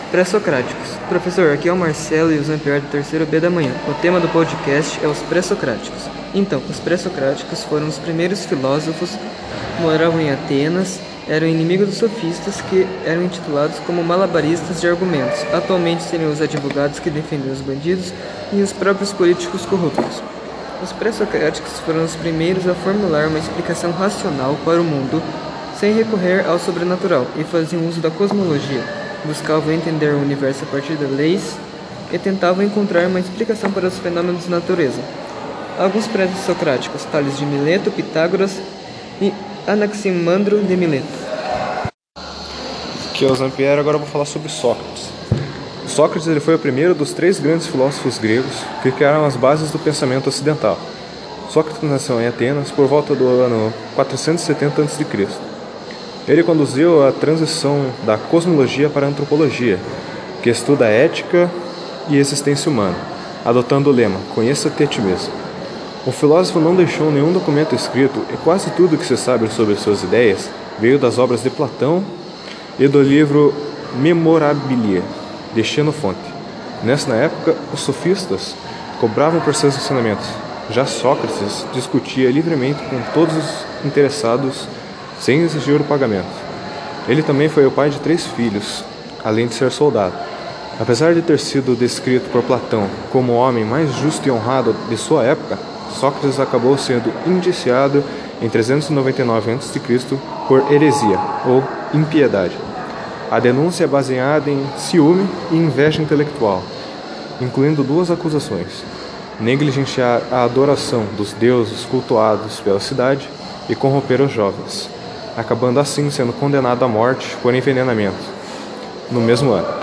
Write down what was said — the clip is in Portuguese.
Pré-socráticos. Professor, aqui é o Marcelo e o Zampier do terceiro B da manhã. O tema do podcast é os pré-socráticos. Então, os pré-socráticos foram os primeiros filósofos que moravam em Atenas, eram inimigos dos sofistas, que eram intitulados como malabaristas de argumentos. Atualmente seriam os advogados que defendem os bandidos e os próprios políticos corruptos. Os pré-socráticos foram os primeiros a formular uma explicação racional para o mundo, sem recorrer ao sobrenatural, e faziam uso da cosmologia. Buscavam entender o universo a partir de leis e tentavam encontrar uma explicação para os fenômenos da natureza. Alguns pré-socráticos, Tales de Mileto, Pitágoras e Anaximandro de Mileto. Aqui é o Zampier, agora eu vou falar sobre Sócrates. Sócrates ele foi o primeiro dos três grandes filósofos gregos que criaram as bases do pensamento ocidental. Sócrates nasceu em Atenas por volta do ano 470 a.C. Ele conduziu a transição da cosmologia para a antropologia, que estuda a ética e existência humana, adotando o lema "Conheça-te a ti mesmo". O filósofo não deixou nenhum documento escrito e quase tudo que se sabe sobre suas ideias veio das obras de Platão e do livro Memorabilia, de Xenofonte. Nessa época, os sofistas cobravam por seus ensinamentos. Já Sócrates discutia livremente com todos os interessados sem exigir o pagamento. Ele também foi o pai de 3 filhos, além de ser soldado. Apesar de ter sido descrito por Platão como o homem mais justo e honrado de sua época, Sócrates acabou sendo indiciado em 399 a.C. por heresia ou impiedade. A denúncia é baseada em ciúme e inveja intelectual, incluindo 2 acusações: negligenciar a adoração dos deuses cultuados pela cidade e corromper os jovens, acabando assim sendo condenado à morte por envenenamento no mesmo ano.